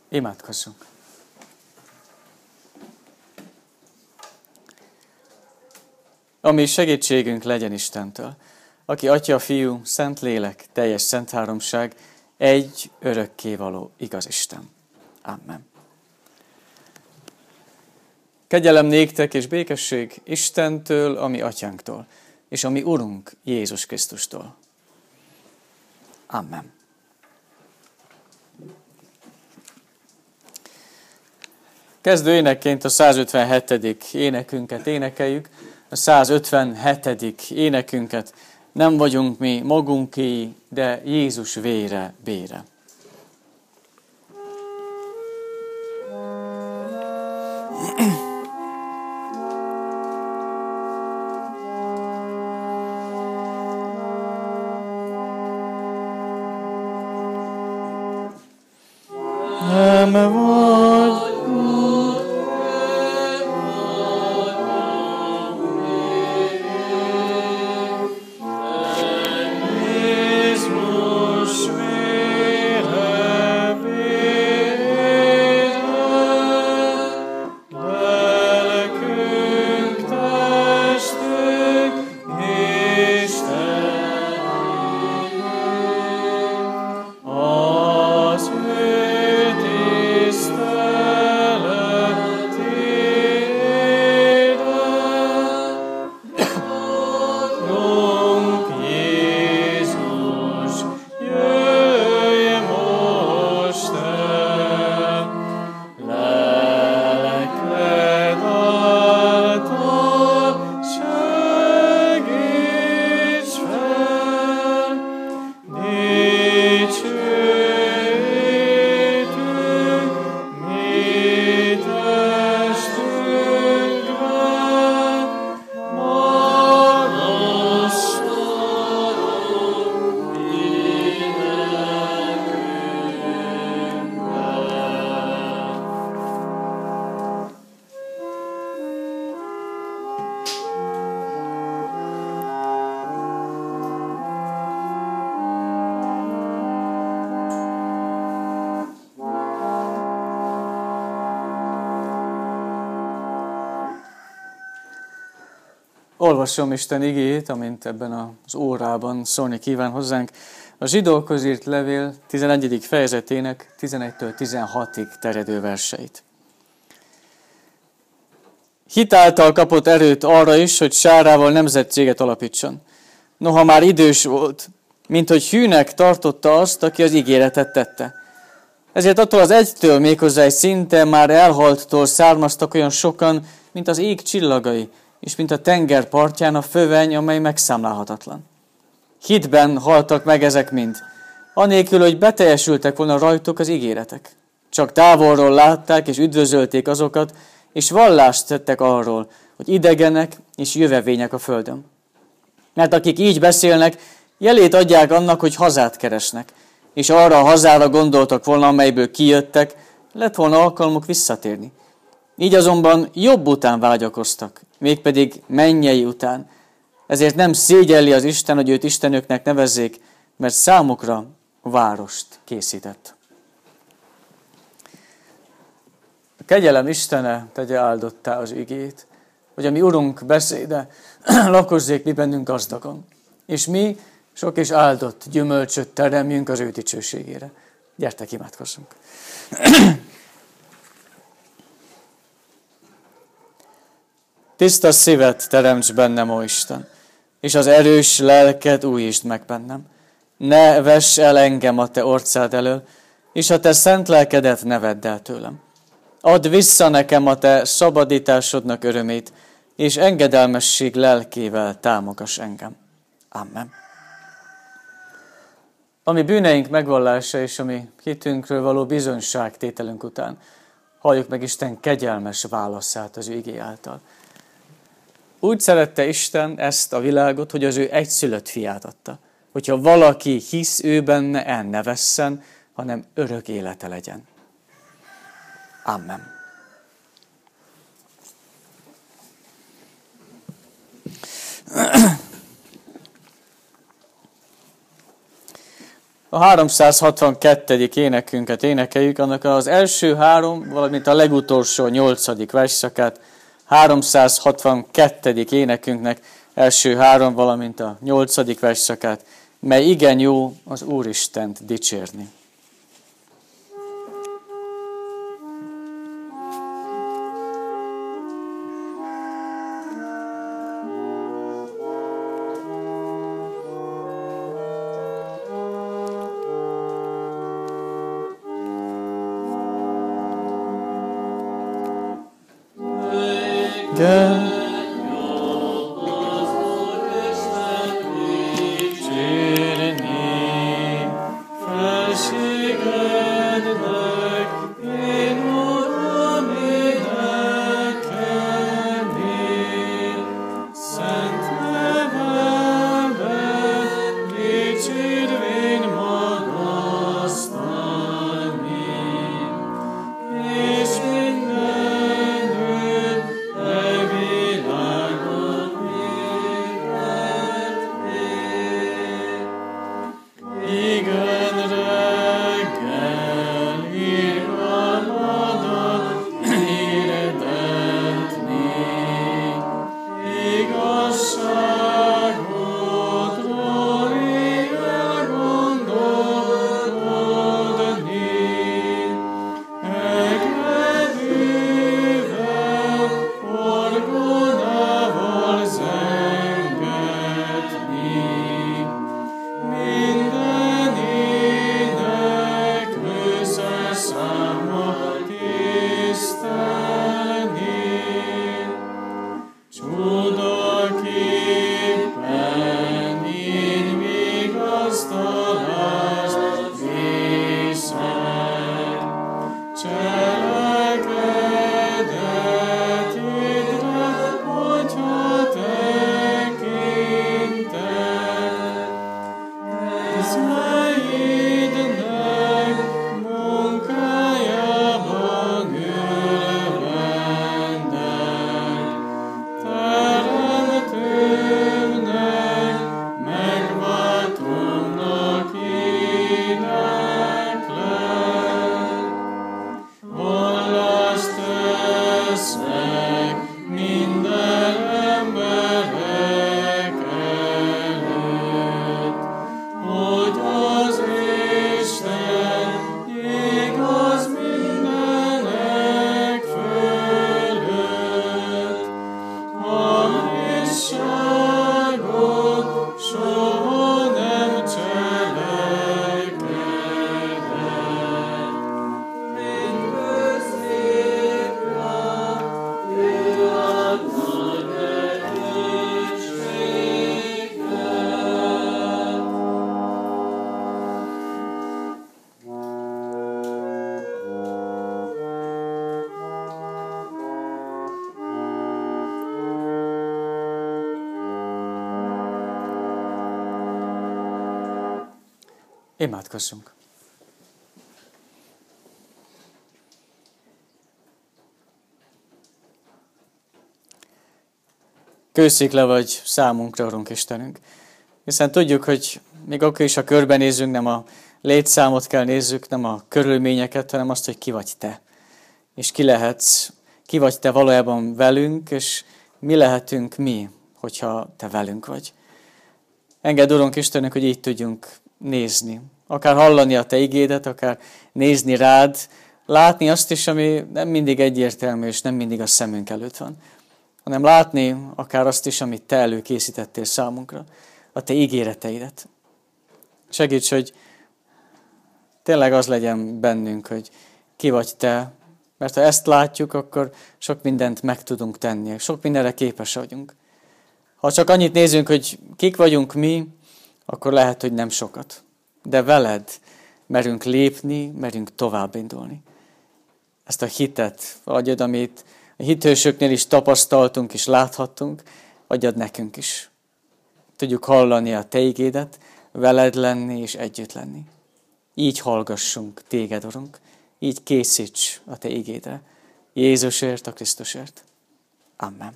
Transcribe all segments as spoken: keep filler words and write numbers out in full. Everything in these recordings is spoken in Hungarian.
Imádkozzunk! Ami segítségünk legyen Istentől, aki Atya, Fiú, Szent Lélek, teljes szent háromság, egy örökkévaló igaz Isten. Amen. Kegyelem néktek és békesség Istentől, a mi Atyánktól, és a mi Urunk Jézus Krisztustól. Amen. Kezdő énekként a százötvenhetedik énekünket énekeljük, a százötvenhetedik énekünket. Nem vagyunk mi magunké, de Jézus vére bére. Nem vagy Olvasom Isten igéjét, amint ebben az órában szólni kíván hozzánk. A Zsidókhoz írt levél tizenegyedik fejezetének tizenegytől tizenhatig terjedő verseit. Hitáltal kapott erőt arra is, hogy Sárával nemzetséget alapítson. Noha már idős volt, mint hogy hűnek tartotta azt, aki az ígéretet tette. Ezért attól az egytől, méghozzá egy szinte már elhalttól származtak olyan sokan, mint az ég csillagai, és mint a tenger partján a föveny, amely megszámlálhatatlan. Hitben haltak meg ezek mind, anélkül, hogy beteljesültek volna rajtuk az ígéretek. Csak távolról látták és üdvözölték azokat, és vallást tettek arról, hogy idegenek és jövevények a földön. Mert akik így beszélnek, jelét adják annak, hogy hazát keresnek, és arra a hazára gondoltak volna, amelyből kijöttek, lett volna alkalmuk visszatérni. Így azonban jobb után vágyakoztak, mégpedig mennyei után. Ezért nem szégyelli az Isten, hogy őt istenöknek nevezzék, mert számukra várost készített. A kegyelem Istene tegye áldottá az igét, hogy a mi Urunk beszéde lakozzék mi bennünk gazdagon, és mi sok és áldott gyümölcsöt teremjünk az ő dicsőségére. Gyertek, imádkozzunk! Tiszta szívet teremts bennem, ó Isten, és az erős lelked újítsd meg bennem. Ne vess el engem a te orcád elől, és a te szent lelkedet ne vedd el tőlem. Add vissza nekem a te szabadításodnak örömét, és engedelmesség lelkével támogass engem. Amen. Ami bűneink megvallása és ami hitünkről való bizonyságtételünk után, halljuk meg Isten kegyelmes válaszát az ő igé által. Úgy szerette Isten ezt a világot, hogy az ő egyszülött fiát adta. Hogyha valaki hisz ő benne, el ne vesszen, hanem örök élete legyen. Amen. a háromszázhatvankettedik énekünket énekeljük, annak az első három, valamint a legutolsó nyolcadik versszakát, háromszázhatvankettedik énekünknek első három, valamint a nyolcadik versszakát, mely igen jó az Úristent dicsérni. Igen. Imádkozzunk! Kőszék le vagy számunkra, Urunk Istenünk, hiszen tudjuk, hogy még akkor is, ha körbenézünk, nem a létszámot kell nézzük, nem a körülményeket, hanem azt, hogy ki vagy Te. És ki lehetsz, ki vagy Te valójában velünk, és mi lehetünk mi, hogyha Te velünk vagy. Engedd, Urunk Istenünk, hogy így tudjunk nézni. Akár hallani a Te igédet, akár nézni rád, látni azt is, ami nem mindig egyértelmű, és nem mindig a szemünk előtt van, hanem látni akár azt is, amit Te előkészítettél számunkra, a Te ígéreteidet. Segíts, hogy tényleg az legyen bennünk, hogy ki vagy Te, mert ha ezt látjuk, akkor sok mindent meg tudunk tenni, sok mindenre képes vagyunk. Ha csak annyit nézünk, hogy kik vagyunk mi, akkor lehet, hogy nem sokat. De veled merünk lépni, merünk tovább indulni. Ezt a hitet adjad, amit a hithősöknél is tapasztaltunk és láthattunk, adjad nekünk is. Tudjuk hallani a Te igédet, veled lenni és együtt lenni. Így hallgassunk Téged, Urunk, így készíts a Te igédre. Jézusért, a Krisztusért. Amen.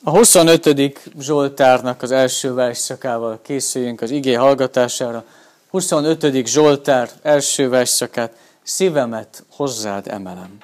A huszonötödik Zsoltárnak az első versszakával készüljünk az igé hallgatására. huszonötödik Zsoltár első versszakát, szívemet hozzád emelem.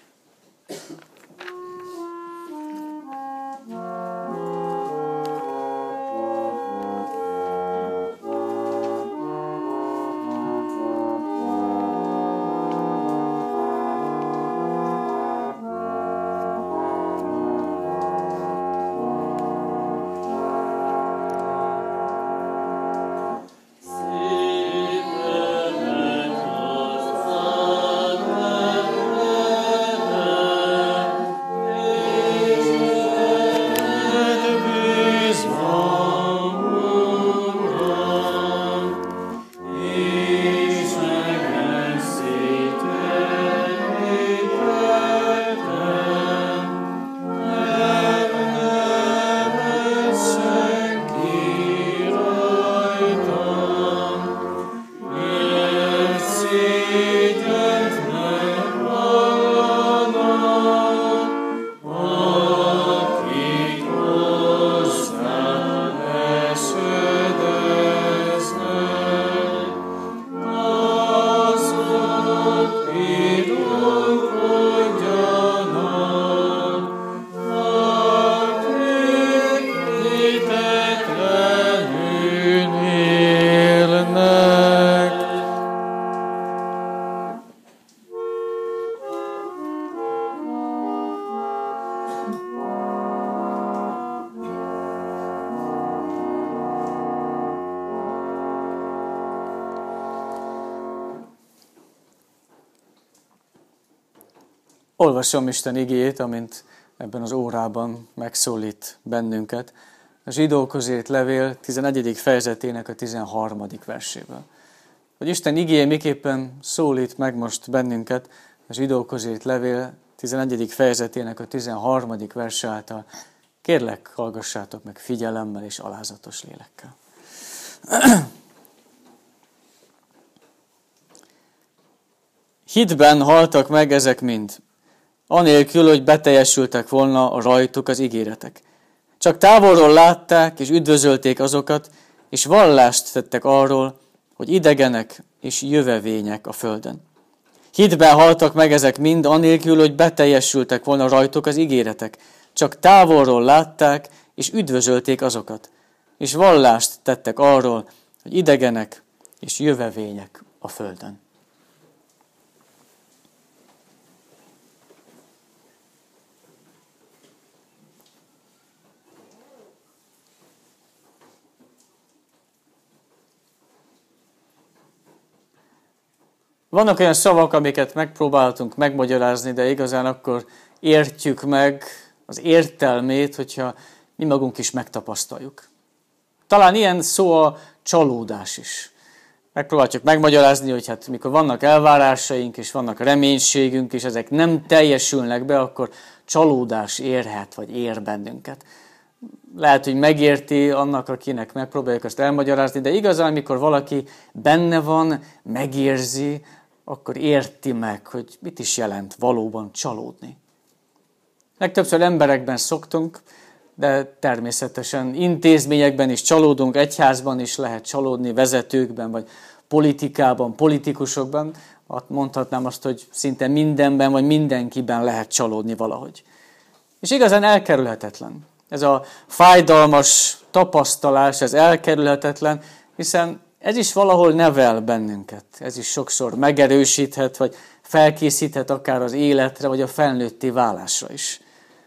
Olvasom Isten igéjét, amint ebben az órában megszólít bennünket. A Zsidókhoz írt levél tizenegyedik fejezetének a tizenharmadik verséből. Hogy Isten igéje miképpen szólít meg most bennünket, a Zsidókhoz írt levél tizenegyedik fejezetének a tizenharmadik verse által. Kérlek, hallgassátok meg figyelemmel és alázatos lélekkel. Hitben haltak meg ezek mind, anélkül, hogy beteljesültek volna a rajtuk az ígéretek. Csak távolról látták és üdvözölték azokat, és vallást tettek arról, hogy idegenek és jövevények a földön. Hitben haltak meg ezek mind, anélkül, hogy beteljesültek volna rajtuk az ígéretek. Csak távolról látták és üdvözölték azokat, és vallást tettek arról, hogy idegenek és jövevények a földön. Vannak olyan szavak, amiket megpróbáltunk megmagyarázni, de igazán akkor értjük meg az értelmét, hogyha mi magunk is megtapasztaljuk. Talán ilyen szó a csalódás is. Megpróbáljuk megmagyarázni, hogy hát mikor vannak elvárásaink és vannak reménységünk, és ezek nem teljesülnek be, akkor csalódás érhet, vagy ér bennünket. Lehet, hogy megérti annak, akinek megpróbáljuk azt elmagyarázni, de igazán, amikor valaki benne van, megérzi, akkor érti meg, hogy mit is jelent valóban csalódni. Legtöbbször emberekben szoktunk, de természetesen intézményekben is csalódunk, egyházban is lehet csalódni, vezetőkben, vagy politikában, politikusokban. Mondhatnám azt, hogy szinte mindenben, vagy mindenkiben lehet csalódni valahogy. És igazán elkerülhetetlen. Ez a fájdalmas tapasztalás, ez elkerülhetetlen, hiszen ez is valahol nevel bennünket. Ez is sokszor megerősíthet, vagy felkészíthet akár az életre, vagy a felnőtté válásra is.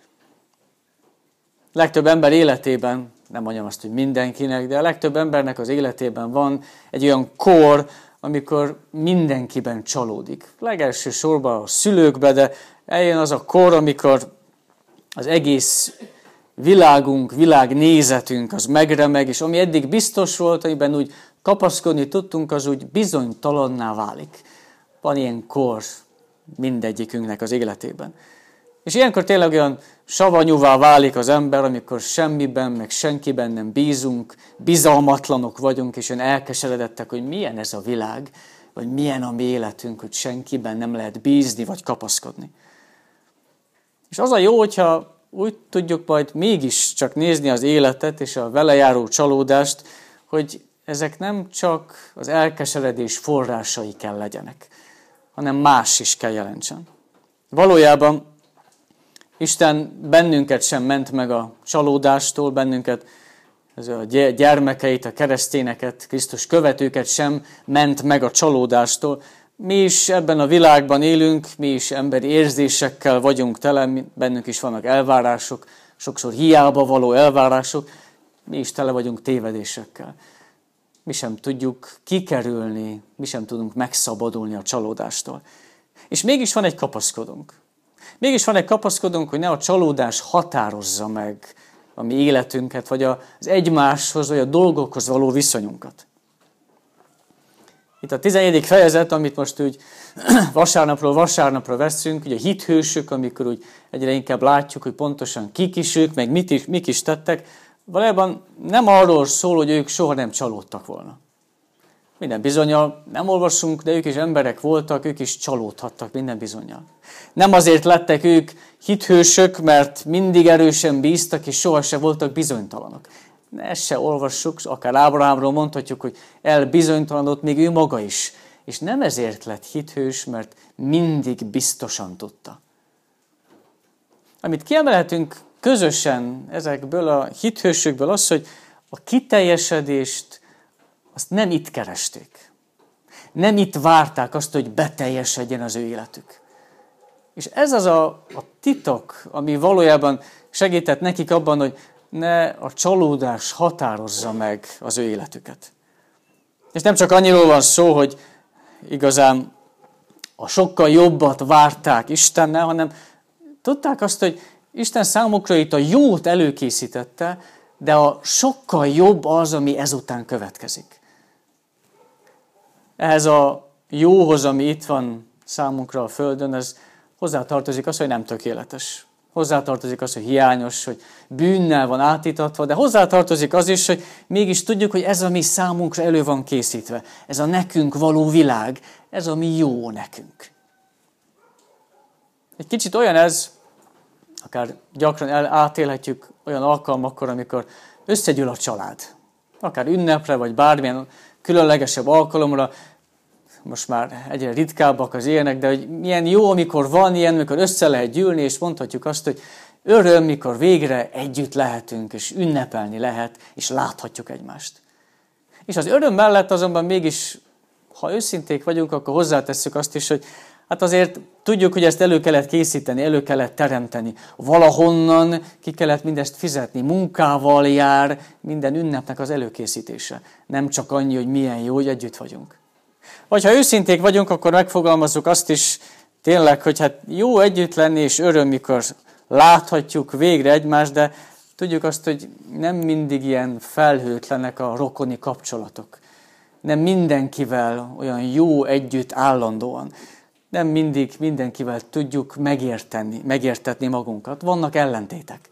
Legtöbb ember életében, nem mondjam azt, hogy mindenkinek, de a legtöbb embernek az életében van egy olyan kor, amikor mindenkiben csalódik. Legelső sorban a szülőkbe, de eljön az a kor, amikor az egész világunk, világnézetünk az megremeg, és ami eddig biztos volt, amiben úgy kapaszkodni tudtunk, az úgy bizonytalanná válik. Van ilyen kor mindegyikünknek az életében. És ilyenkor tényleg olyan savanyúvá válik az ember, amikor semmiben, meg senkiben nem bízunk, bizalmatlanok vagyunk, és olyan elkeseredettek, hogy milyen ez a világ, vagy milyen a mi életünk, hogy senkiben nem lehet bízni, vagy kapaszkodni. És az a jó, hogyha úgy tudjuk majd mégis csak nézni az életet és a vele járó csalódást, hogy ezek nem csak az elkeseredés forrásai kell legyenek, hanem más is kell jelentsen. Valójában Isten bennünket sem ment meg a csalódástól, bennünket, ez a gyermekeit, a keresztényeket, Krisztus követőket sem ment meg a csalódástól. Mi is ebben a világban élünk, mi is emberi érzésekkel vagyunk tele, bennünk is vannak elvárások, sokszor hiába való elvárások, mi is tele vagyunk tévedésekkel. Mi sem tudjuk kikerülni, mi sem tudunk megszabadulni a csalódástól. És mégis van egy kapaszkodónk. Mégis van egy kapaszkodónk, hogy ne a csalódás határozza meg a mi életünket, vagy az egymáshoz, vagy a dolgokhoz való viszonyunkat. Itt a tizennegyedik fejezet, amit most úgy vasárnapról vasárnapra veszünk, ugye a hithősök, amikor úgy egyre inkább látjuk, hogy pontosan kik is ők, meg mit is, mik is tettek, valójában nem arról szól, hogy ők soha nem csalódtak volna. Minden bizonnyal nem olvasunk, de ők is emberek voltak, ők is csalódhattak minden bizonnyal. Nem azért lettek ők hithősök, mert mindig erősen bíztak, és sohasem voltak bizonytalanok. Ezt se olvassuk, akár Ábrahámról mondhatjuk, hogy elbizonytalanodott még ő maga is. És nem ezért lett hithős, mert mindig biztosan tudta. Amit kiemelhetünk közösen ezekből a hithősökből az, hogy a kiteljesedést azt nem itt keresték. Nem itt várták azt, hogy beteljesedjen az ő életük. És ez az a, a titok, ami valójában segített nekik abban, hogy ne a csalódás határozza meg az ő életüket. És nem csak annyiról van szó, hogy igazán a sokkal jobbat várták Istennel, hanem tudták azt, hogy Isten számukra itt a jót előkészítette, de a sokkal jobb az, ami ezután következik. Ehhez a jóhoz, ami itt van számunkra a Földön, ez hozzátartozik az, hogy nem tökéletes. Hozzátartozik az, hogy hiányos, hogy bűnnel van átítatva, de hozzátartozik az is, hogy mégis tudjuk, hogy ez, ami számunkra elő van készítve. Ez a nekünk való világ, ez, ami jó nekünk. Egy kicsit olyan ez, akár gyakran el, átélhetjük olyan alkalmakkor, amikor összegyűl a család. Akár ünnepre, vagy bármilyen különlegesebb alkalomra, most már egyre ritkábbak az ilyenek, de hogy milyen jó, amikor van ilyen, amikor össze lehet gyűlni, és mondhatjuk azt, hogy öröm, mikor végre együtt lehetünk, és ünnepelni lehet, és láthatjuk egymást. És az öröm mellett azonban mégis, ha őszinték vagyunk, akkor hozzátesszük azt is, hogy hát azért tudjuk, hogy ezt elő kellett készíteni, elő kellett teremteni. Valahonnan ki kellett mindezt fizetni, munkával jár minden ünnepnek az előkészítése. Nem csak annyi, hogy milyen jó, hogy együtt vagyunk. Vagy ha őszinték vagyunk, akkor megfogalmazzuk azt is tényleg, hogy hát jó együtt lenni, és öröm, mikor láthatjuk végre egymást, de tudjuk azt, hogy nem mindig ilyen felhőtlenek a rokoni kapcsolatok. Nem mindenkivel olyan jó együtt állandóan. Nem mindig mindenkivel tudjuk megérteni, megértetni magunkat. Vannak ellentétek.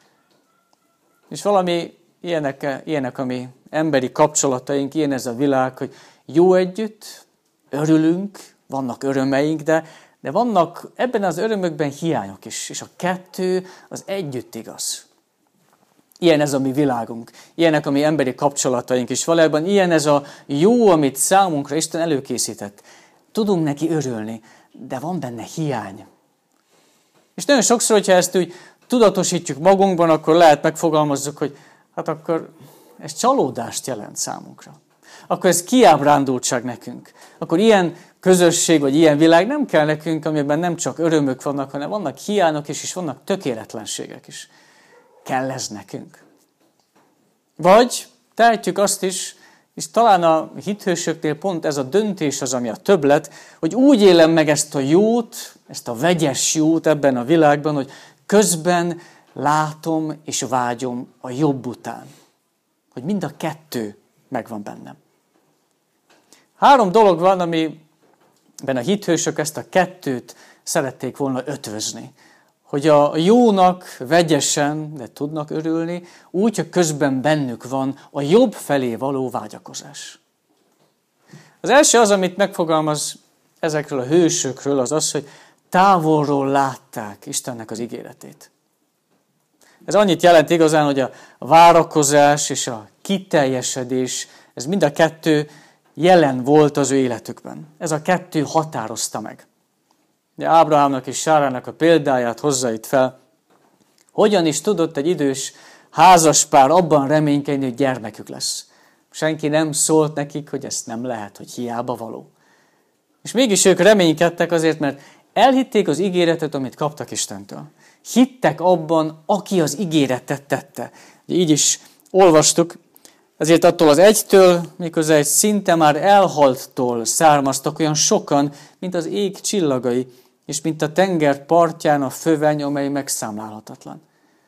És valami ilyenek, ilyenek, ami emberi kapcsolataink, ilyen ez a világ, hogy jó együtt, örülünk, vannak örömeink, de, de vannak ebben az örömökben hiányok is, és a kettő az együtt igaz. Ilyen ez a mi világunk, ilyenek a mi emberi kapcsolataink is. Valójában ilyen ez a jó, amit számunkra Isten előkészített. Tudunk neki örülni, de van benne hiány. És nagyon sokszor, hogyha ezt úgy tudatosítjuk magunkban, akkor lehet megfogalmazzuk, hogy hát akkor ez csalódást jelent számunkra. Akkor ez kiábrándultság nekünk. Akkor ilyen közösség, vagy ilyen világ nem kell nekünk, amiben nem csak örömök vannak, hanem vannak hiányok is, és vannak tökéletlenségek is. Kell ez nekünk. Vagy tehetjük azt is, és talán a hithősöknél pont ez a döntés az, ami a többlet, hogy úgy élem meg ezt a jót, ezt a vegyes jót ebben a világban, hogy közben látom és vágyom a jobb után. Hogy mind a kettő megvan bennem. Három dolog van, amiben a hithősök ezt a kettőt szerették volna ötvözni. Hogy a jónak vegyesen, de tudnak örülni, úgy, hogy közben bennük van a jobb felé való vágyakozás. Az első az, amit megfogalmaz ezekről a hősökről, az az, hogy távolról látták Istennek az ígéretét. Ez annyit jelent igazán, hogy a várakozás és a kiteljesedés, ez mind a kettő jelen volt az ő életükben. Ez a kettő határozta meg. De Ábrahámnak és Sárának a példáját hozza itt fel. Hogyan is tudott egy idős házaspár abban reménykedni, hogy gyermekük lesz? Senki nem szólt nekik, hogy ezt nem lehet, hogy hiába való. És mégis ők reménykedtek azért, mert elhitték az ígéretet, amit kaptak Istentől. Hittek abban, aki az ígéretet tette. Így is olvastuk, ezért attól az egytől, miközben egy szinte már elhalttól származtak olyan sokan, mint az ég csillagai, és mint a tenger partján a föveny, amely megszámlálhatatlan.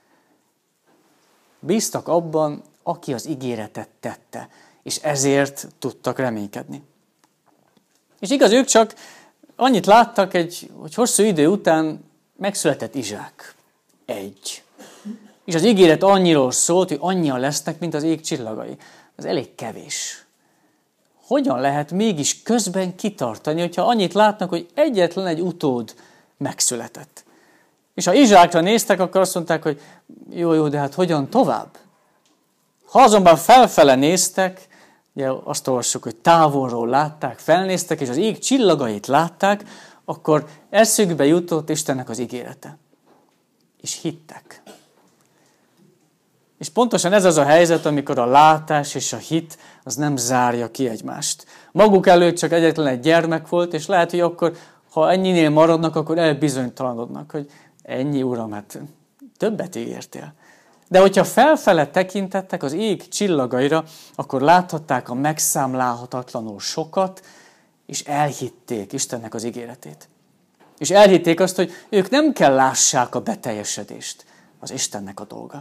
Bíztak abban, aki az ígéretet tette, és ezért tudtak reménykedni. És igaz, ők csak annyit láttak, egy, hogy hosszú idő után megszületett Izsák. Egy. És az ígéret annyiról szólt, hogy annyian lesznek, mint az ég csillagai. Ez elég kevés. Hogyan lehet mégis közben kitartani, hogyha annyit látnak, hogy egyetlen egy utód megszületett? És ha Izsákra néztek, akkor azt mondták, hogy jó, jó, de hát hogyan tovább? Ha azonban felfele néztek, ugye azt olvassuk, hogy távolról látták, felnéztek, és az ég csillagait látták, akkor eszükbe jutott Istennek az ígérete. És hittek. És pontosan ez az a helyzet, amikor a látás és a hit az nem zárja ki egymást. Maguk előtt csak egyetlen egy gyermek volt, és lehet, hogy akkor, ha ennyinél maradnak, akkor elbizonytalanodnak, hogy ennyi, Uram, hát többet ígértél. De hogyha felfele tekintettek az ég csillagaira, akkor láthatták a megszámlálhatatlanul sokat, és elhitték Istennek az ígéretét. És elhitték azt, hogy ők nem kell lássák a beteljesedést, az Istennek a dolga.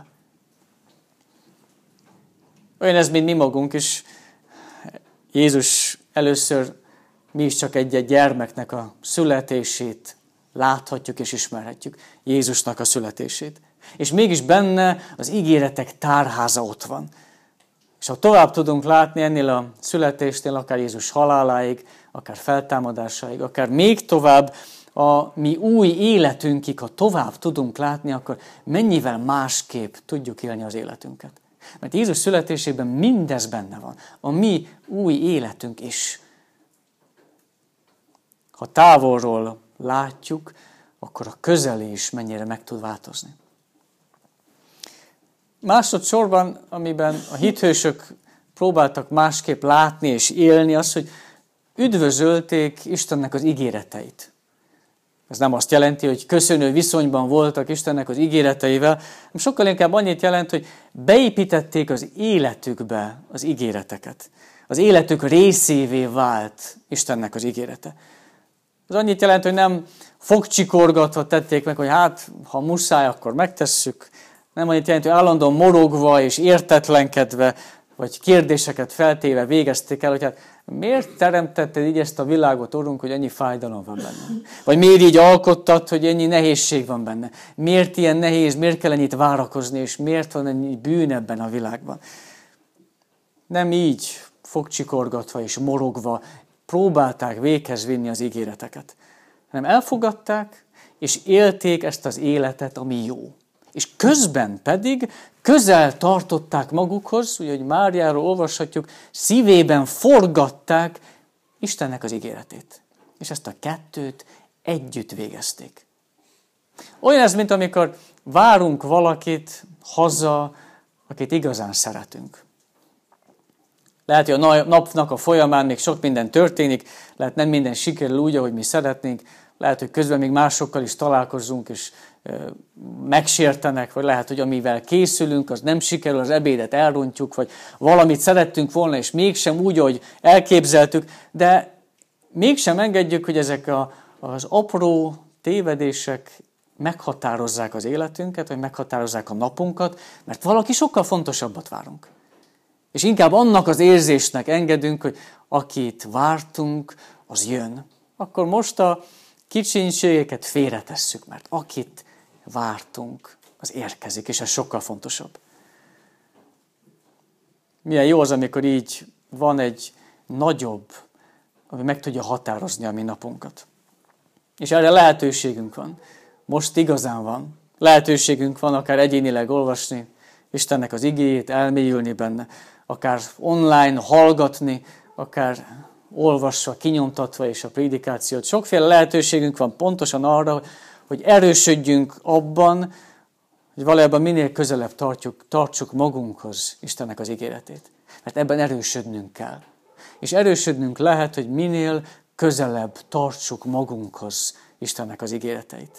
Olyan ez, mint mi magunk is. Jézus először mi is csak egy-egy gyermeknek a születését láthatjuk és ismerhetjük. Jézusnak a születését. És mégis benne az ígéretek tárháza ott van. És ha tovább tudunk látni ennél a születésnél, akár Jézus haláláig, akár feltámadásáig, akár még tovább a mi új életünkig, ha tovább tudunk látni, akkor mennyivel másképp tudjuk élni az életünket. Mert Jézus születésében mindez benne van. A mi új életünk is. Ha távolról látjuk, akkor a közeli is mennyire meg tud változni. Másodszorban, amiben a hithősök próbáltak másképp látni és élni, az, hogy üdvözölték Istennek az ígéreteit. Ez nem azt jelenti, hogy köszönő viszonyban voltak Istennek az ígéreteivel, hanem sokkal inkább annyit jelent, hogy beépítették az életükbe az ígéreteket. Az életük részévé vált Istennek az ígérete. Ez annyit jelent, hogy nem fogcsikorgatva tették meg, hogy hát, ha muszáj, akkor megtesszük. Nem annyit jelent, hogy állandóan morogva és értetlenkedve, vagy kérdéseket feltéve végezték el, hogy hát miért teremtetted így ezt a világot, Urunk, hogy ennyi fájdalom van benne? Vagy miért így alkottad, hogy ennyi nehézség van benne? Miért ilyen nehéz, miért kell ennyit várakozni, és miért van ennyi bűn ebben a világban? Nem így fogcsikorgatva és morogva próbálták véghez vinni az ígéreteket, hanem elfogadták, és élték ezt az életet, ami jó. És közben pedig közel tartották magukhoz, ugye, hogy Máriáról olvashatjuk, szívében forgatták Istennek az ígéretét. És ezt a kettőt együtt végezték. Olyan ez, mint amikor várunk valakit haza, akit igazán szeretünk. Lehet, hogy a napnak a folyamán még sok minden történik, lehet nem minden sikerül úgy, ahogy mi szeretnénk, lehet, hogy közben még másokkal is találkozunk, és megsértenek, vagy lehet, hogy amivel készülünk, az nem sikerül, az ebédet elrontjuk, vagy valamit szerettünk volna, és mégsem úgy, ahogy elképzeltük, de mégsem engedjük, hogy ezek a, az apró tévedések meghatározzák az életünket, vagy meghatározzák a napunkat, mert valaki sokkal fontosabbat várunk. És inkább annak az érzésnek engedünk, hogy akit vártunk, az jön. Akkor most a kicsinségeket félretesszük, mert akit vártunk, az érkezik, és ez sokkal fontosabb. Milyen jó az, amikor így van egy nagyobb, ami meg tudja határozni a mi napunkat. És erre lehetőségünk van. Most igazán van. Lehetőségünk van akár egyénileg olvasni Istennek az igéjét, elmélyülni benne, akár online hallgatni, akár olvasva, kinyomtatva és a prédikációt. Sokféle lehetőségünk van pontosan arra, hogy erősödjünk abban, hogy valójában minél közelebb tartjuk, tartsuk magunkhoz Istennek az ígéretét. Mert ebben erősödnünk kell. És erősödnünk lehet, hogy minél közelebb tartsuk magunkhoz Istennek az ígéreteit.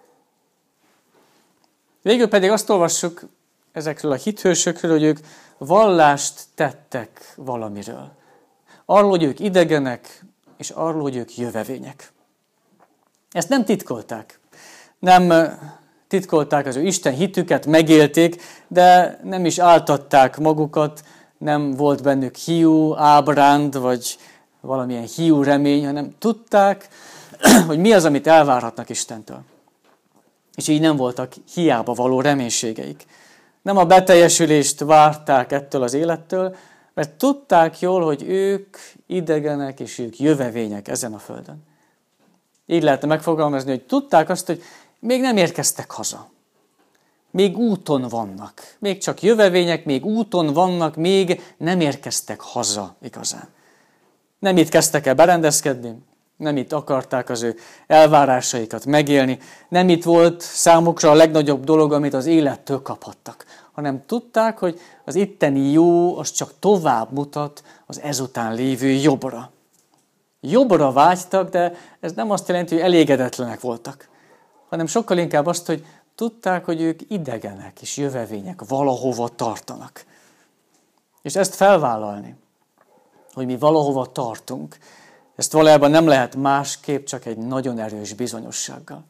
Végül pedig azt olvassuk ezekről a hithősökről, hogy ők vallást tettek valamiről. Arról, hogy ők idegenek, és arról, hogy ők jövevények. Ezt nem titkolták. Nem titkolták az ő Isten hitüket, megélték, de nem is áltatták magukat, nem volt bennük hiú, ábránd, vagy valamilyen hiú remény, hanem tudták, hogy mi az, amit elvárhatnak Istentől. És így nem voltak hiába való reménységeik. Nem a beteljesülést várták ettől az élettől, mert tudták jól, hogy ők idegenek és ők jövevények ezen a földön. Így lehetne megfogalmazni, hogy tudták azt, hogy még nem érkeztek haza. Még úton vannak. Még csak jövevények, még úton vannak, még nem érkeztek haza igazán. Nem itt kezdtek el berendezkedni, nem itt akarták az ő elvárásaikat megélni, nem itt volt számukra a legnagyobb dolog, amit az élettől kaphattak, hanem tudták, hogy az itteni jó az csak tovább mutat az ezután lévő jobbra. Jobbra vágytak, de ez nem azt jelenti, hogy elégedetlenek voltak, hanem sokkal inkább azt, hogy tudták, hogy ők idegenek és jövevények, valahova tartanak. És ezt felvállalni, hogy mi valahova tartunk, ezt valójában nem lehet másképp, csak egy nagyon erős bizonyossággal.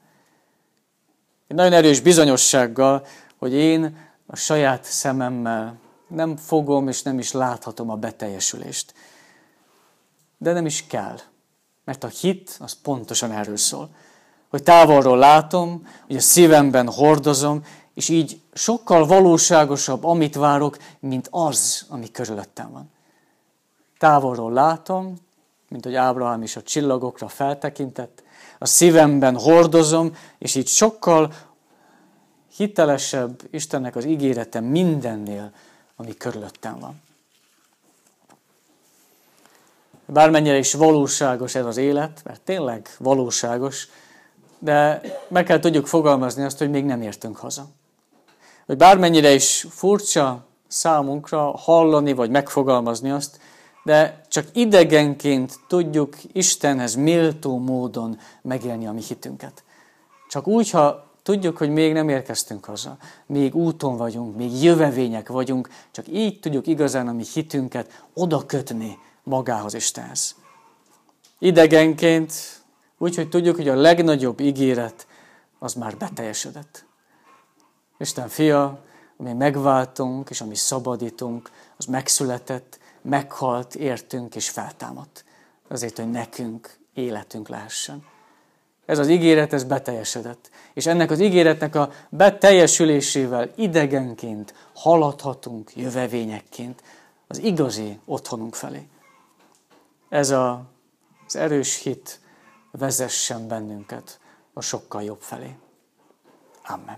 Egy nagyon erős bizonyossággal, hogy én a saját szememmel nem fogom és nem is láthatom a beteljesülést. De nem is kell, mert a hit az pontosan erről szól. Hogy távolról látom, hogy a szívemben hordozom, és így sokkal valóságosabb, amit várok, mint az, ami körülöttem van. Távolról látom, mint hogy Ábrahám is a csillagokra feltekintett, a szívemben hordozom, és így sokkal hitelesebb Istennek az ígérete mindennél, ami körülöttem van. Bármennyire is valóságos ez az élet, mert tényleg valóságos, de meg kell tudjuk fogalmazni azt, hogy még nem értünk haza. Hogy bármennyire is furcsa számunkra hallani vagy megfogalmazni azt, de csak idegenként tudjuk Istenhez méltó módon megélni a mi hitünket. Csak úgy, ha tudjuk, hogy még nem érkeztünk haza, még úton vagyunk, még jövevények vagyunk, csak így tudjuk igazán a mi hitünket oda kötni magához Istenhez. Idegenként, úgy, hogy tudjuk, hogy a legnagyobb ígéret az már beteljesedett. Isten fia, ami megváltunk, és ami szabadítunk, az megszületett, meghalt, értünk és feltámadt. Azért, hogy nekünk életünk lehessen. Ez az ígéret, ez beteljesedett. És ennek az ígéretnek a beteljesülésével idegenként haladhatunk jövevényekként az igazi otthonunk felé. Ez a, az erős hit vezessen bennünket a sokkal jobb felé. Amen.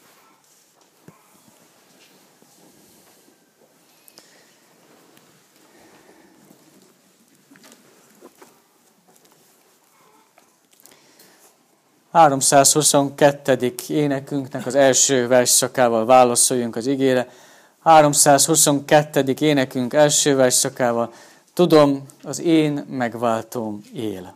háromszázhuszonkettő. énekünknek az első versszakával válaszoljunk az igére. háromszázhuszonkettő. énekünk első versszakával. Tudom, az én megváltóm él.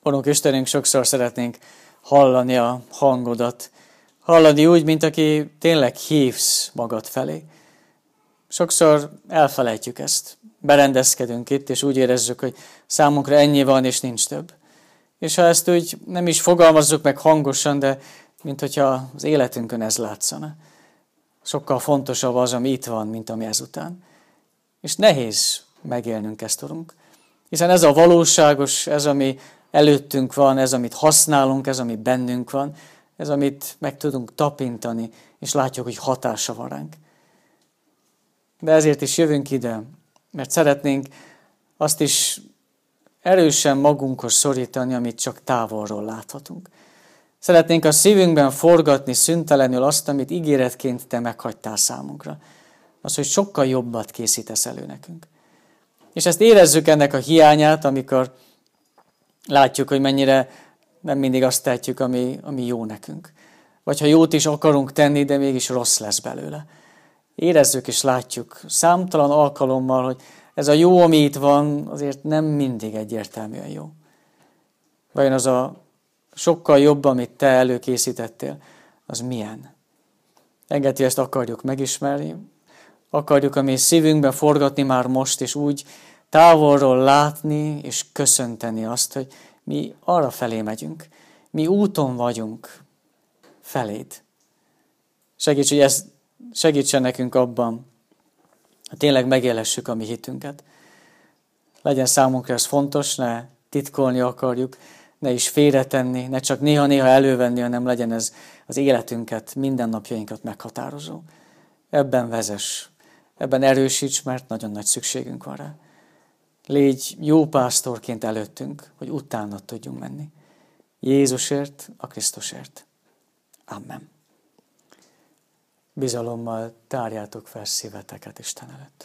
Urunk Istenünk, sokszor szeretnénk hallani a hangodat. Hallani úgy, mint aki tényleg hívsz magad felé. Sokszor elfelejtjük ezt. Berendezkedünk itt, és úgy érezzük, hogy számunkra ennyi van, és nincs több. És ha ezt úgy nem is fogalmazzuk meg hangosan, de mint hogyha az életünkön ez látszana. Sokkal fontosabb az, ami itt van, mint ami ezután. És nehéz megélnünk ezt, Urunk. Hiszen ez a valóságos, ez, ami előttünk van, ez, amit használunk, ez, ami bennünk van, ez, amit meg tudunk tapintani, és látjuk, hogy hatása van ránk. De ezért is jövünk ide, mert szeretnénk azt is erősen magunkhoz szorítani, amit csak távolról láthatunk. Szeretnénk a szívünkben forgatni szüntelenül azt, amit ígéretként te meghagytál számunkra. Az, hogy sokkal jobbat készítesz elő nekünk. És ezt érezzük ennek a hiányát, amikor látjuk, hogy mennyire nem mindig azt tehetjük, ami, ami jó nekünk. Vagy ha jót is akarunk tenni, de mégis rossz lesz belőle. Érezzük és látjuk számtalan alkalommal, hogy ez a jó, ami itt van, azért nem mindig egyértelműen jó. Vajon az a sokkal jobb, amit te előkészítettél, az milyen? Engedj, ezt akarjuk megismerni, akarjuk a mi szívünkben forgatni már most, és úgy távolról látni és köszönteni azt, hogy mi arra felé megyünk, mi úton vagyunk feléd. Segíts, hogy ez segítsen nekünk abban, hogy tényleg megélhessük a mi hitünket. Legyen számunkra ez fontos, ne titkolni akarjuk, ne is félretenni, ne csak néha-néha elővenni, hanem legyen ez az életünket, mindennapjainkat meghatározó. Ebben vezess, ebben erősíts, mert nagyon nagy szükségünk van rá. Légy jó pásztorként előttünk, hogy utána tudjunk menni. Jézusért, a Krisztusért. Amen. Bizalommal tárjátok fel szíveteket Isten előtt.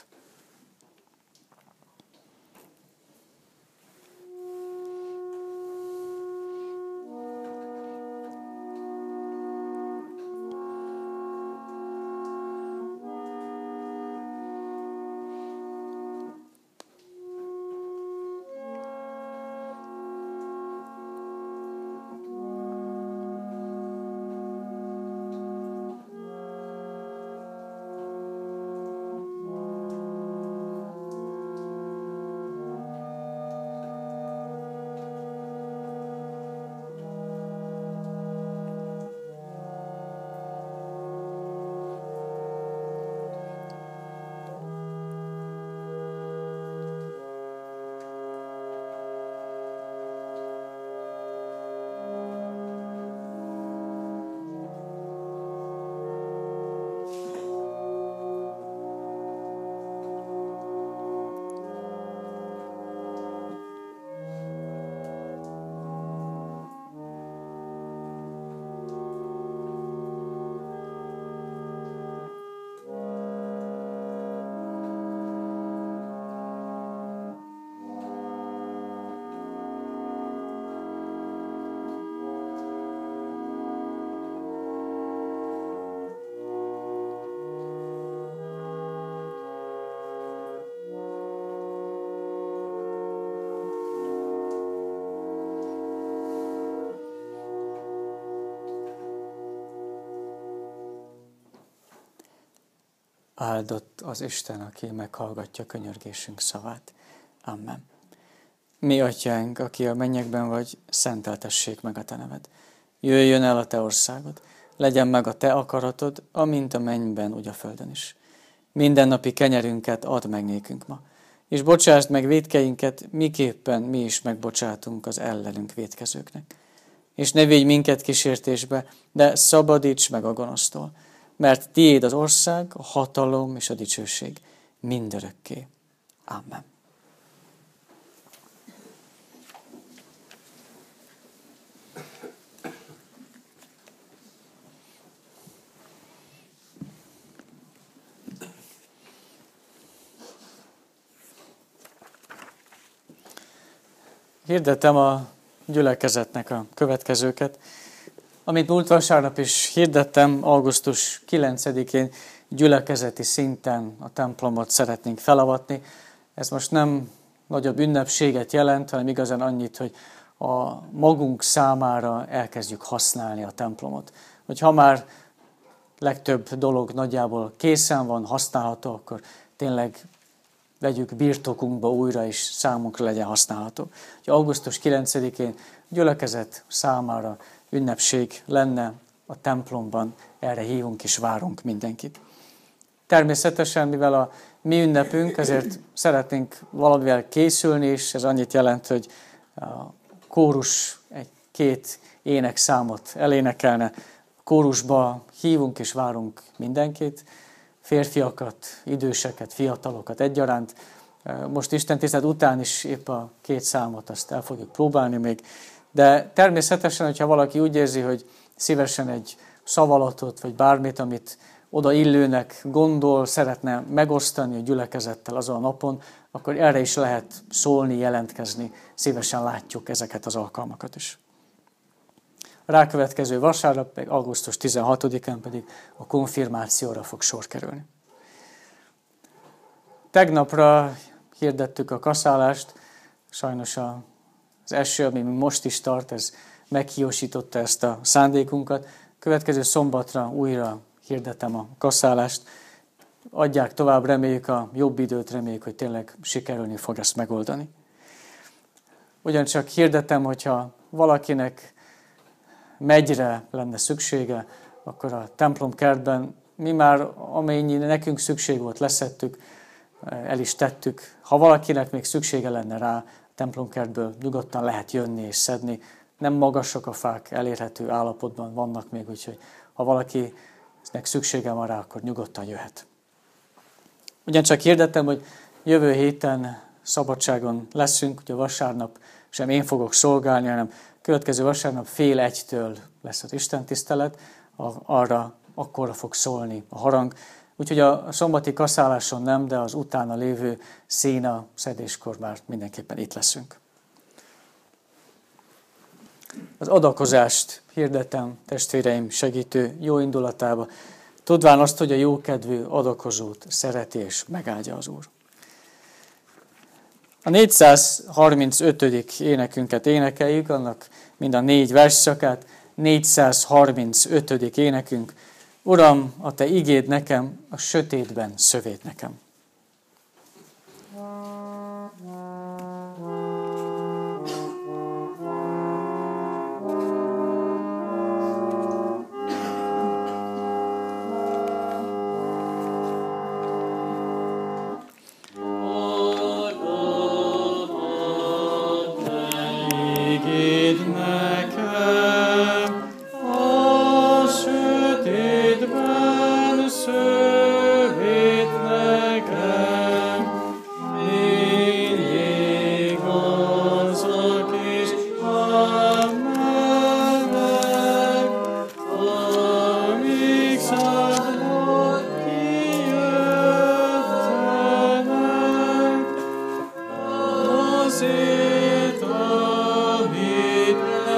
Áldott az Isten, aki meghallgatja könyörgésünk szavát. Amen. Mi, Atyánk, aki a mennyekben vagy, szenteltessék meg a te neved. Jöjjön el a te országod, legyen meg a te akaratod, amint a mennyben, úgy a földön is. Mindennapi kenyerünket add meg nékünk ma, és bocsásd meg vétkeinket, miképpen mi is megbocsátunk az ellenünk vétkezőknek. És ne védj minket kísértésbe, de szabadíts meg a gonosztól, mert tiéd az ország, a hatalom és a dicsőség mindörökké. Amen. Hirdettem a gyülekezetnek a következőket. Amit múlt vasárnap is hirdettem, augusztus kilencedikén gyülekezeti szinten a templomot szeretnénk felavatni. Ez most nem nagyobb ünnepséget jelent, hanem igazán annyit, hogy a magunk számára elkezdjük használni a templomot. Hogy ha már legtöbb dolog nagyjából készen van, használható, akkor tényleg vegyük birtokunkba újra, és számunkra legyen használható. Hogy augusztus kilencedikén gyülekezet számára ünnepség lenne a templomban, erre hívunk és várunk mindenkit. Természetesen, mivel a mi ünnepünk, ezért szeretnénk valamivel készülni, és ez annyit jelent, hogy a kórus egy-két énekszámot elénekelne. Kórusba hívunk és várunk mindenkit, férfiakat, időseket, fiatalokat egyaránt. Most Isten tisztelet után is épp a két számot azt el fogjuk próbálni még, de természetesen, hogyha valaki úgy érzi, hogy szívesen egy szavalatot, vagy bármit, amit oda illőnek gondol, szeretne megosztani a gyülekezettel azon a napon, akkor erre is lehet szólni, jelentkezni. Szívesen látjuk ezeket az alkalmakat is. A rákövetkező vasárnap, meg augusztus tizenhatodikán pedig a konfirmációra fog sor kerülni. Tegnapra hirdettük a kaszálást, sajnos az eső, ami most is tart, ez meghiúsította ezt a szándékunkat. Következő szombatra újra hirdetem a kaszálást. Adják tovább, reméljük a jobb időt, reméljük, hogy tényleg sikerülni fog ezt megoldani. Ugyancsak hirdetem, hogyha valakinek megyre lenne szüksége, akkor a templomkertben mi már amennyi nekünk szükség volt, leszettük, el is tettük. Ha valakinek még szüksége lenne rá, a templomkertből nyugodtan lehet jönni és szedni. Nem magasak a fák, elérhető állapotban vannak még, úgyhogy ha valakinek szüksége van rá, akkor nyugodtan jöhet. Ugyancsak hirdettem, hogy jövő héten szabadságon leszünk, ugye vasárnap sem én fogok szolgálni, hanem következő vasárnap fél egytől lesz az istentisztelet, arra akkorra fog szólni a harang. Úgyhogy a szombati kaszáláson nem, de az utána lévő széna szedéskor már mindenképpen itt leszünk. Az adakozást hirdetem testvéreim segítő jó indulatába, tudván azt, hogy a jókedvű adakozót szereti és megáldja az Úr. A négyszázharmincötödik énekünket énekeljük, annak mind a négy versszakát. négyszázharmincötödik énekünk. Uram, a Te igéd nekem, a sötétben szövét nekem. Szét, amit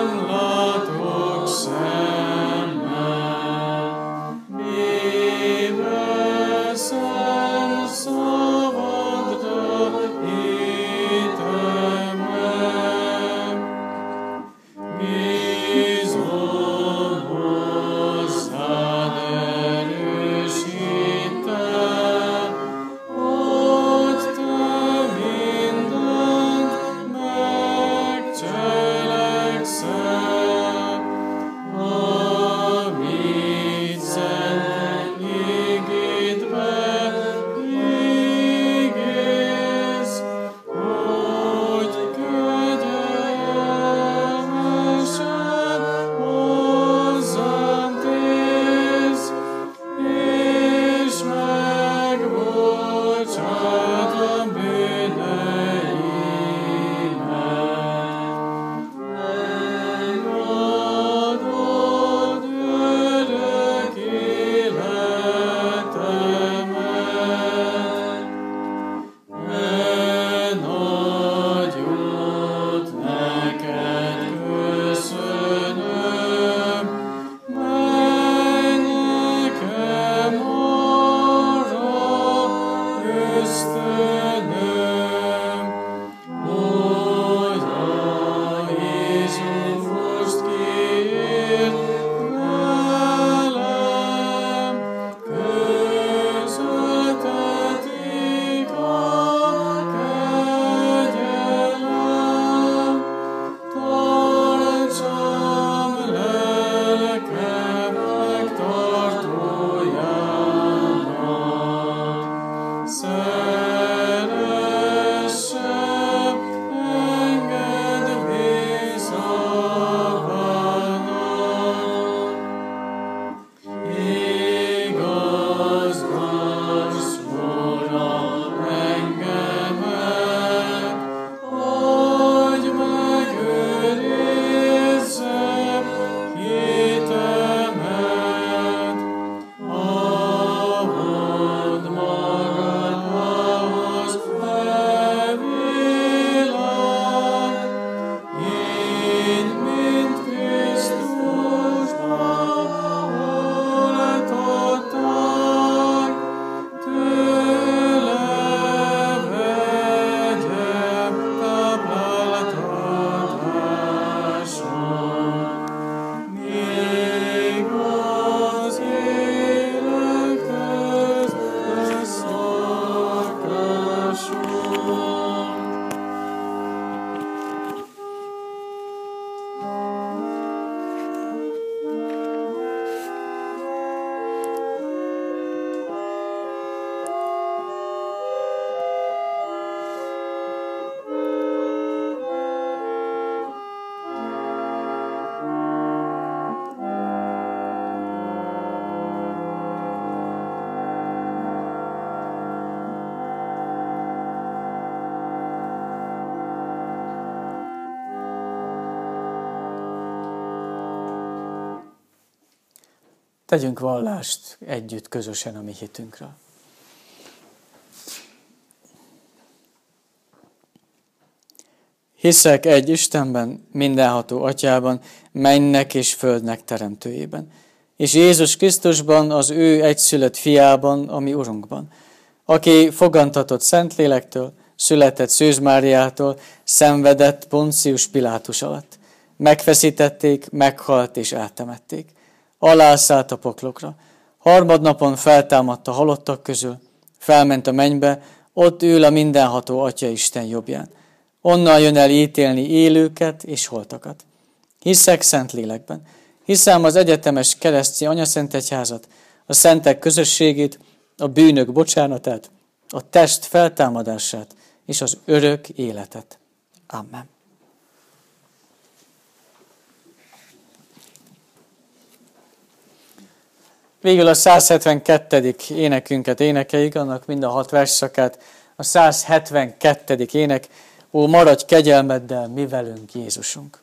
Tegyünk vallást együtt, közösen a mi hitünkről. Hiszek egy Istenben, mindenható Atyában, mennek és földnek teremtőjében, és Jézus Krisztusban, az ő egyszülött fiában, a mi Urunkban, aki fogantatott Szentlélektől, született Szűz Máriától, szenvedett Poncius Pilátus alatt. Megfeszítették, meghalt és eltemették. Alászállt a poklokra. Harmadnapon feltámadt a halottak közül, felment a mennybe, ott ül a mindenható Atya Isten jobbján. Onnan jön el ítélni élőket és holtakat. Hiszek Szentlélekben. Hiszem az egyetemes keresztény anyaszentegyházat, a szentek közösségét, a bűnök bocsánatát, a test feltámadását és az örök életet. Amen. Végül a száz hetvenkettedik énekünket énekeljük, annak mind a hat versszakát. A száz hetvenkettedik ének, ó, maradj kegyelmeddel mi velünk, Jézusunk.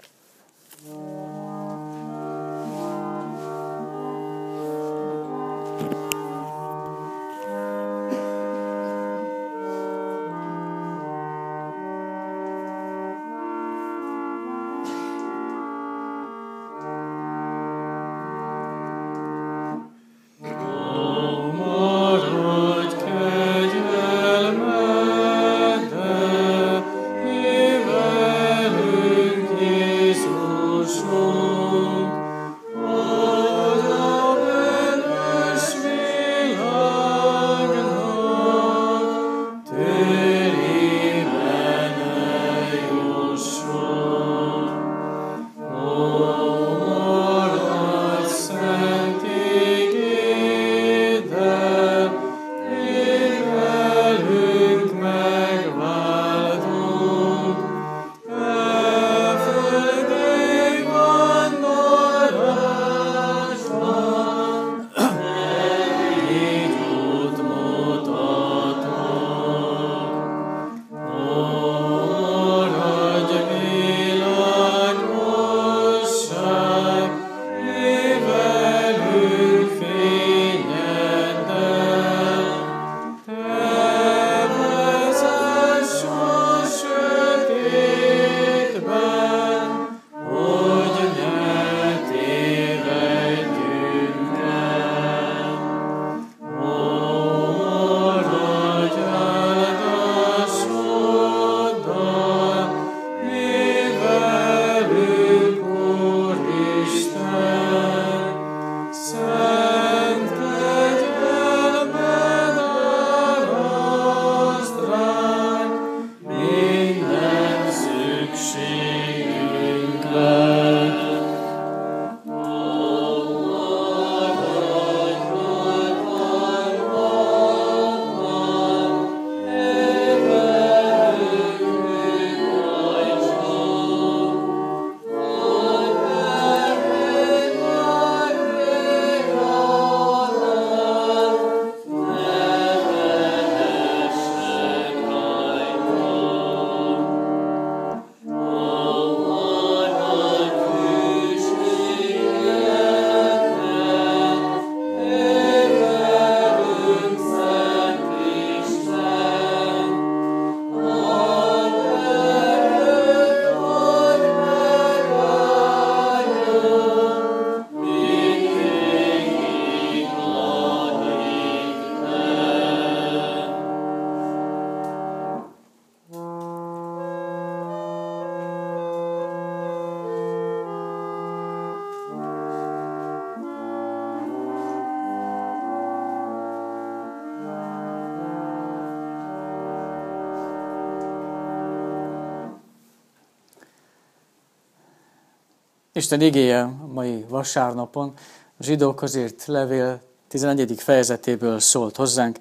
Isten igéje a mai vasárnapon a zsidókhoz írt levél tizennegyedik fejezetéből szólt hozzánk.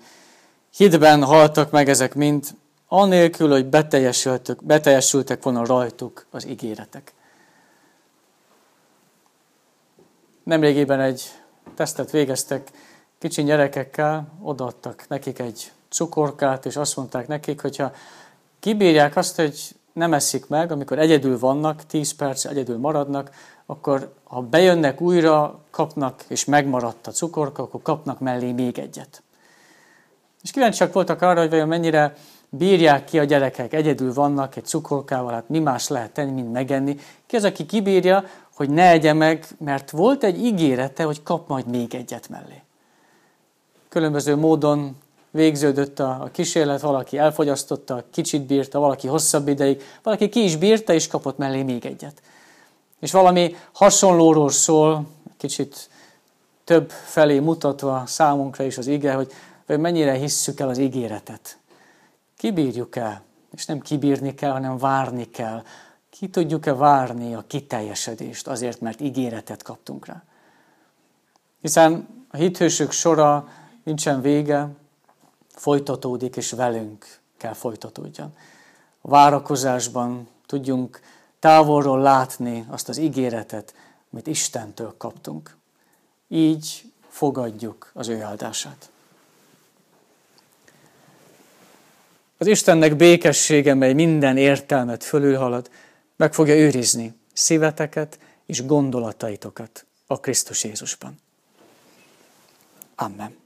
Hitben haltak meg ezek mind, anélkül, hogy beteljesültek, beteljesültek volna rajtuk az ígéretek. Nemrégében egy tesztet végeztek kicsi gyerekekkel, odaadtak nekik egy cukorkát, és azt mondták nekik, hogyha kibírják azt, hogy nem eszik meg, amikor egyedül vannak, tíz perc egyedül maradnak, akkor ha bejönnek újra, kapnak, és megmaradt a cukorka, akkor kapnak mellé még egyet. És kíváncsiak voltak arra, hogy vajon mennyire bírják ki a gyerekek, egyedül vannak egy cukorkával, hát mi más lehet tenni, mint megenni. Ki az, aki kibírja, hogy ne egye meg, mert volt egy ígérete, hogy kap majd még egyet mellé. Különböző módon végződött a kísérlet, valaki elfogyasztotta, kicsit bírta, valaki hosszabb ideig, valaki ki is bírta, és kapott mellé még egyet. És valami hasonlóról szól, kicsit több felé mutatva számunkra is az ige, hogy mennyire hisszük el az ígéretet. Kibírjuk el, és nem kibírni kell, hanem várni kell. Ki tudjuk-e várni a kiteljesedést azért, mert ígéretet kaptunk rá. Hiszen a hithősök sora nincsen vége, folytatódik, és velünk kell folytatódjon. A várakozásban tudjunk távolról látni azt az ígéretet, amit Istentől kaptunk. Így fogadjuk az ő áldását. Az Istennek békessége, mely minden értelmet fölülhalad, meg fogja őrizni szíveteket és gondolataitokat a Krisztus Jézusban. Amen.